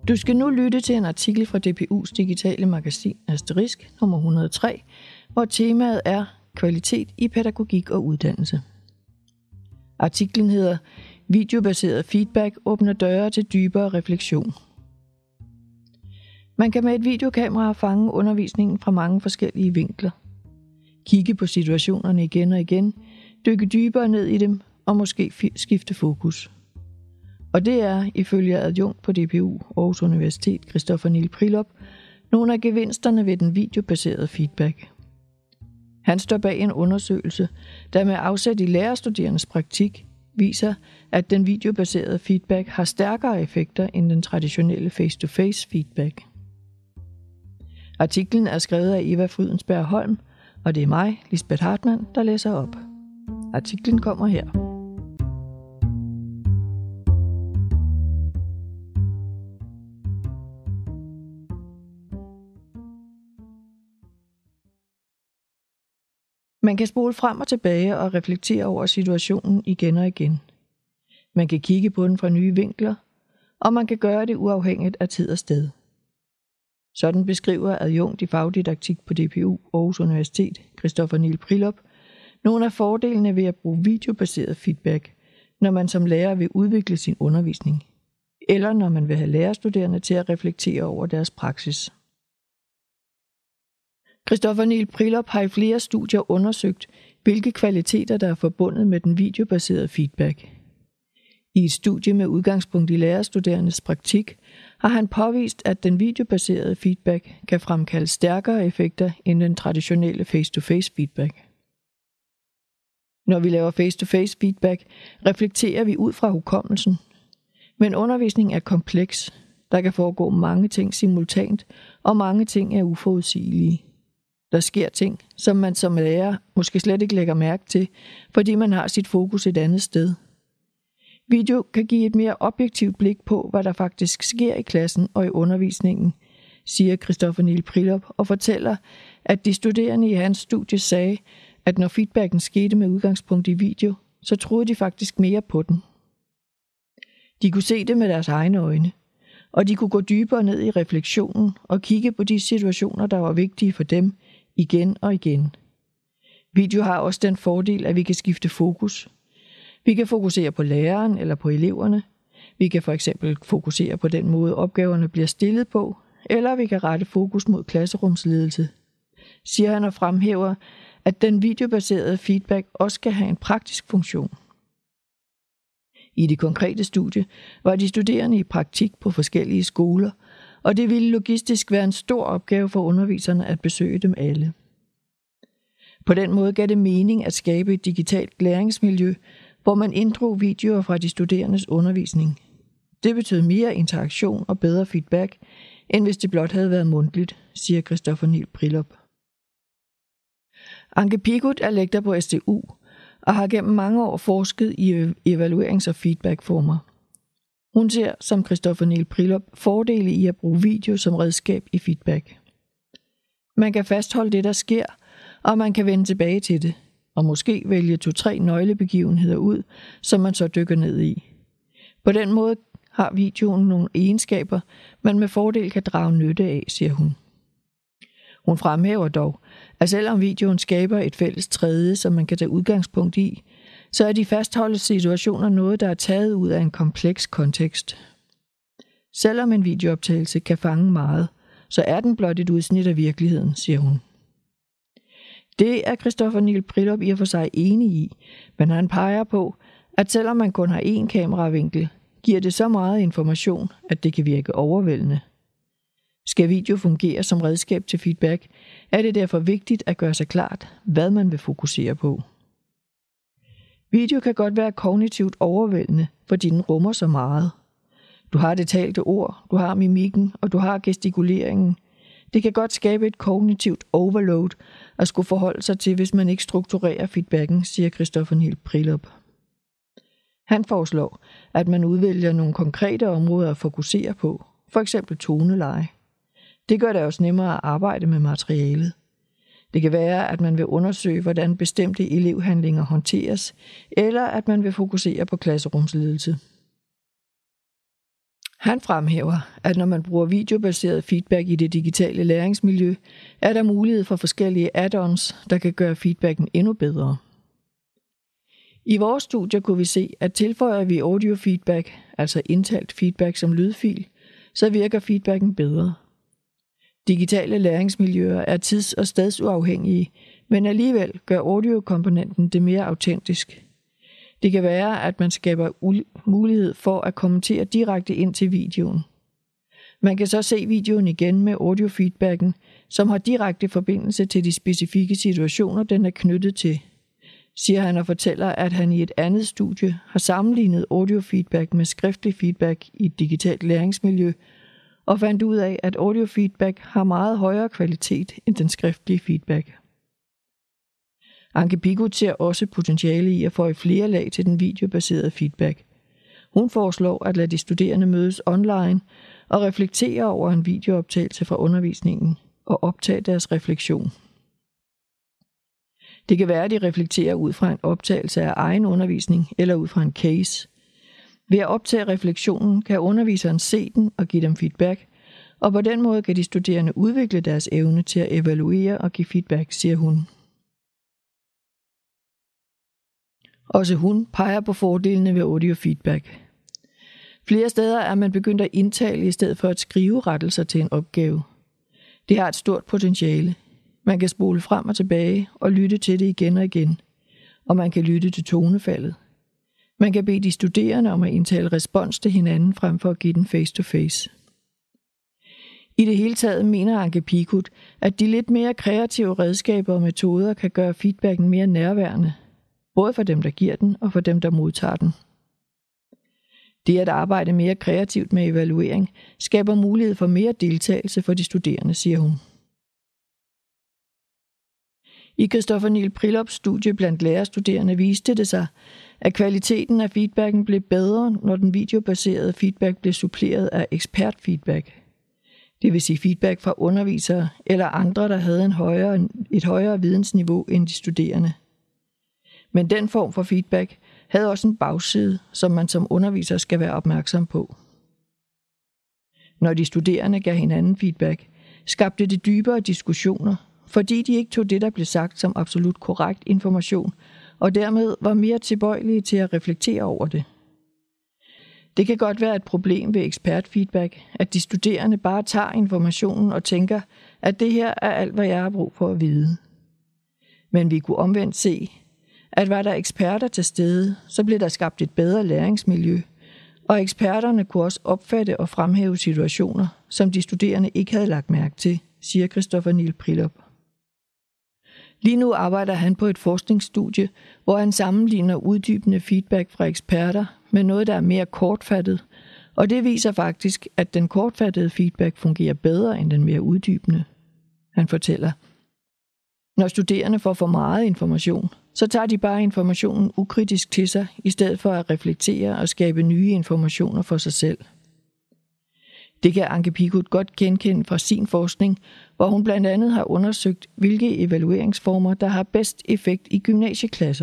Du skal nu lytte til en artikel fra DPU's digitale magasin Asterisk nummer 103, hvor temaet er kvalitet i pædagogik og uddannelse. Artiklen hedder Videobaseret feedback åbner døre til dybere refleksion. Man kan med et videokamera fange undervisningen fra mange forskellige vinkler. Kigge på situationerne igen og igen, dykke dybere ned i dem og måske skifte fokus. Og det er, ifølge adjunkt på DPU Aarhus Universitet, Christoffer Niel Prilop, nogle af gevinsterne ved den videobaserede feedback. Han står bag en undersøgelse, der med afsæt i lærerstuderendes praktik viser, at den videobaserede feedback har stærkere effekter end den traditionelle face-to-face feedback. Artiklen er skrevet af Eva Frydensberg Holm, og det er mig, Lisbeth Hartmann, der læser op. Artiklen kommer her. Man kan spole frem og tilbage og reflektere over situationen igen og igen. Man kan kigge på den fra nye vinkler, og man kan gøre det uafhængigt af tid og sted. Sådan beskriver adjunkt i fagdidaktik på DPU Aarhus Universitet, Christoffer Niel Prilop, nogle af fordelene ved at bruge videobaseret feedback, når man som lærer vil udvikle sin undervisning, eller når man vil have lærerstuderende til at reflektere over deres praksis. Christoffer Niel Prilop har i flere studier undersøgt, hvilke kvaliteter der er forbundet med den videobaserede feedback. I et studie med udgangspunkt i lærerstuderendes praktik har han påvist, at den videobaserede feedback kan fremkalde stærkere effekter end den traditionelle face-to-face feedback. Når vi laver face-to-face feedback, reflekterer vi ud fra hukommelsen. Men undervisning er kompleks. Der kan foregå mange ting simultant, og mange ting er uforudsigelige. Der sker ting, som man som lærer måske slet ikke lægger mærke til, fordi man har sit fokus et andet sted. Video kan give et mere objektivt blik på, hvad der faktisk sker i klassen og i undervisningen, siger Christoffer Niel Prilop og fortæller, at de studerende i hans studie sagde, at når feedbacken skete med udgangspunkt i video, så troede de faktisk mere på den. De kunne se det med deres egne øjne, og de kunne gå dybere ned i refleksionen og kigge på de situationer, der var vigtige for dem, igen og igen. Video har også den fordel, at vi kan skifte fokus. Vi kan fokusere på læreren eller på eleverne. Vi kan for eksempel fokusere på den måde, opgaverne bliver stillet på, eller vi kan rette fokus mod klasserumsledelse, siger han og fremhæver, at den videobaserede feedback også skal have en praktisk funktion. I det konkrete studie var de studerende i praktik på forskellige skoler, og det ville logistisk være en stor opgave for underviserne at besøge dem alle. På den måde gav det mening at skabe et digitalt læringsmiljø, hvor man inddrog videoer fra de studerendes undervisning. Det betød mere interaktion og bedre feedback, end hvis det blot havde været mundtligt, siger Christoffer Niel Prilop. Anke Pigut er lektor på SDU og har gennem mange år forsket i evaluerings- og feedbackformer. Hun ser, som Christoffer Niel Prilop, fordele i at bruge video som redskab i feedback. Man kan fastholde det, der sker, og man kan vende tilbage til det, og måske vælge 2-3 nøglebegivenheder ud, som man så dykker ned i. På den måde har videoen nogle egenskaber, man med fordel kan drage nytte af, siger hun. Hun fremhæver dog, at selvom videoen skaber et fælles tredje, som man kan tage udgangspunkt i, så er de fastholdte situationer noget, der er taget ud af en kompleks kontekst. Selvom en videooptagelse kan fange meget, så er den blot et udsnit af virkeligheden, siger hun. Det er Christoffer Niel Prilop i og for sig enig i, men han peger på, at selvom man kun har én kameravinkel, giver det så meget information, at det kan virke overvældende. Skal video fungere som redskab til feedback, er det derfor vigtigt at gøre sig klart, hvad man vil fokusere på. Video kan godt være kognitivt overvældende, fordi den rummer så meget. Du har det talte ord, du har mimikken, og du har gestikuleringen. Det kan godt skabe et kognitivt overload at skulle forholde sig til, hvis man ikke strukturerer feedbacken, siger Christoffer Niel Prilop. Han foreslår, at man udvælger nogle konkrete områder at fokusere på, for eksempel toneleje. Det gør det også nemmere at arbejde med materialet. Det kan være, at man vil undersøge, hvordan bestemte elevhandlinger håndteres, eller at man vil fokusere på klasserumsledelse. Han fremhæver, at når man bruger videobaseret feedback i det digitale læringsmiljø, er der mulighed for forskellige add-ons, der kan gøre feedbacken endnu bedre. I vores studier kunne vi se, at tilføjer vi audio feedback, altså indtalt feedback som lydfil, så virker feedbacken bedre. Digitale læringsmiljøer er tids- og stedsuafhængige, men alligevel gør audiokomponenten det mere autentisk. Det kan være, at man skaber mulighed for at kommentere direkte ind til videoen. Man kan så se videoen igen med audiofeedbacken, som har direkte forbindelse til de specifikke situationer, den er knyttet til, siger han og fortæller, at han i et andet studie har sammenlignet audiofeedback med skriftlig feedback i et digitalt læringsmiljø, og fandt ud af, at audiofeedback har meget højere kvalitet end den skriftlige feedback. Anke Pigut ser også potentiale i at få flere lag til den videobaserede feedback. Hun foreslår at lade de studerende mødes online og reflektere over en videooptagelse fra undervisningen og optage deres refleksion. Det kan være, at de reflekterer ud fra en optagelse af egen undervisning eller ud fra en case. Ved at optage refleksionen kan underviseren se den og give dem feedback, og på den måde kan de studerende udvikle deres evne til at evaluere og give feedback, siger hun. Også hun peger på fordelene ved audiofeedback. Flere steder er man begyndt at indtale i stedet for at skrive rettelser til en opgave. Det har et stort potentiale. Man kan spole frem og tilbage og lytte til det igen og igen. Og man kan lytte til tonefaldet. Man kan bede de studerende om at indtale respons til hinanden frem for at give den face-to-face. I det hele taget mener Anke Pigut, at de lidt mere kreative redskaber og metoder kan gøre feedbacken mere nærværende, både for dem, der giver den, og for dem, der modtager den. Det at arbejde mere kreativt med evaluering skaber mulighed for mere deltagelse for de studerende, siger hun. I Christoffer Niel Prilops studie blandt lærerstuderende viste det sig, at kvaliteten af feedbacken blev bedre, når den videobaserede feedback blev suppleret af ekspertfeedback. Det vil sige feedback fra undervisere eller andre, der havde et højere vidensniveau end de studerende. Men den form for feedback havde også en bagside, som man som underviser skal være opmærksom på. Når de studerende gav hinanden feedback, skabte det dybere diskussioner, fordi de ikke tog det, der blev sagt, som absolut korrekt information, og dermed var mere tilbøjelige til at reflektere over det. Det kan godt være et problem ved ekspertfeedback, at de studerende bare tager informationen og tænker, at det her er alt, hvad jeg har brug for at vide. Men vi kunne omvendt se, at var der eksperter til stede, så blev der skabt et bedre læringsmiljø, og eksperterne kunne også opfatte og fremhæve situationer, som de studerende ikke havde lagt mærke til, siger Christoffer Niel Prilop. Lige nu arbejder han på et forskningsstudie, hvor han sammenligner uddybende feedback fra eksperter med noget, der er mere kortfattet, og det viser faktisk, at den kortfattede feedback fungerer bedre end den mere uddybende. Han fortæller: når studerende får for meget information, så tager de bare informationen ukritisk til sig, i stedet for at reflektere og skabe nye informationer for sig selv. Det kan Anke Pigut godt genkende fra sin forskning, hvor hun blandt andet har undersøgt, hvilke evalueringsformer, der har bedst effekt i gymnasieklasser.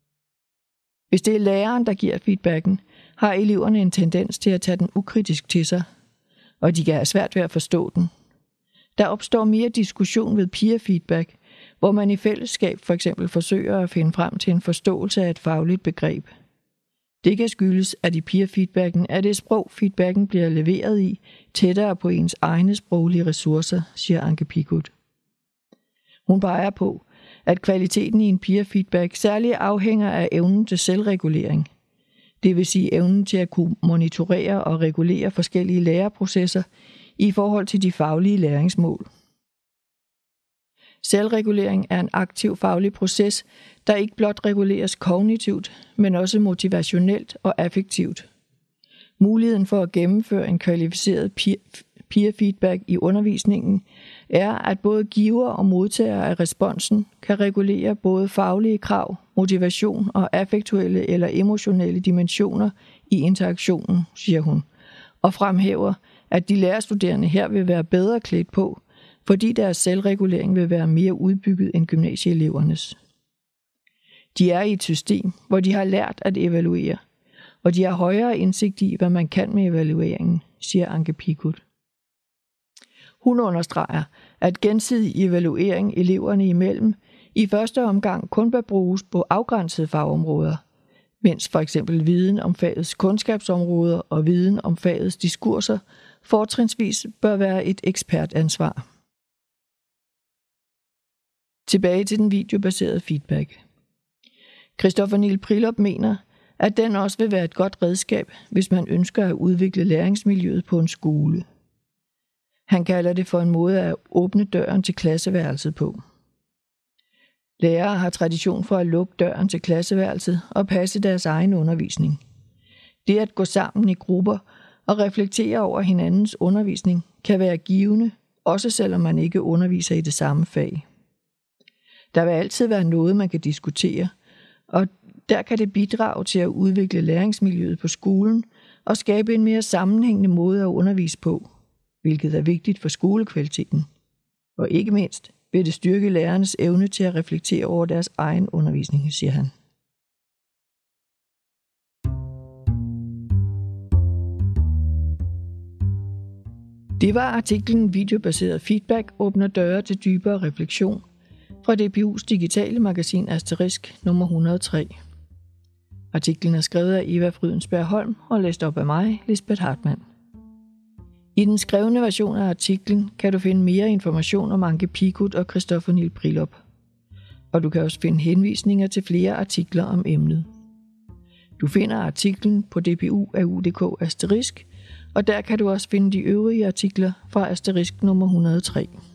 Hvis det er læreren, der giver feedbacken, har eleverne en tendens til at tage den ukritisk til sig, og de kan have svært ved at forstå den. Der opstår mere diskussion ved peer feedback, hvor man i fællesskab for eksempel forsøger at finde frem til en forståelse af et fagligt begreb. Det kan skyldes, at i peer-feedbacken er det sprog, feedbacken bliver leveret i, tættere på ens egne sproglige ressourcer, siger Anke Pigut. Hun peger på, at kvaliteten i en peer-feedback særligt afhænger af evnen til selvregulering. Det vil sige evnen til at kunne monitorere og regulere forskellige læreprocesser i forhold til de faglige læringsmål. Selvregulering er en aktiv faglig proces, der ikke blot reguleres kognitivt, men også motivationelt og affektivt. Muligheden for at gennemføre en kvalificeret peer feedback i undervisningen er, at både giver og modtager af responsen kan regulere både faglige krav, motivation og affektuelle eller emotionelle dimensioner i interaktionen, siger hun, og fremhæver, at de lærerstuderende her vil være bedre klædt på, fordi deres selvregulering vil være mere udbygget end gymnasieelevernes. De er i et system, hvor de har lært at evaluere, og de har højere indsigt i, hvad man kan med evalueringen, siger Anke Picut. Hun understreger, at gensidig evaluering eleverne imellem i første omgang kun bør bruges på afgrænsede fagområder, mens for eksempel viden om fagets kundskabsområder og viden om fagets diskurser fortrinsvis bør være et ekspertansvar. Tilbage til den videobaserede feedback. Christoffer Niel Prillup mener, at den også vil være et godt redskab, hvis man ønsker at udvikle læringsmiljøet på en skole. Han kalder det for en måde at åbne døren til klasseværelset på. Lærere har tradition for at lukke døren til klasseværelset og passe deres egen undervisning. Det at gå sammen i grupper og reflektere over hinandens undervisning kan være givende, også selvom man ikke underviser i det samme fag. Der vil altid være noget, man kan diskutere, og der kan det bidrage til at udvikle læringsmiljøet på skolen og skabe en mere sammenhængende måde at undervise på, hvilket er vigtigt for skolekvaliteten. Og ikke mindst vil det styrke lærernes evne til at reflektere over deres egen undervisning, siger han. Det var artiklen Videobaseret feedback åbner døre til dybere refleksion fra DPU's digitale magasin Asterisk nummer 103. Artiklen er skrevet af Eva Frydensberg Holm og læst op af mig, Lisbeth Hartmann. I den skrevne version af artiklen kan du finde mere information om Anke Picut og Christoffer Niel Prillup. Og du kan også finde henvisninger til flere artikler om emnet. Du finder artiklen på dpu.au.dk Asterisk, og der kan du også finde de øvrige artikler fra Asterisk nummer 103.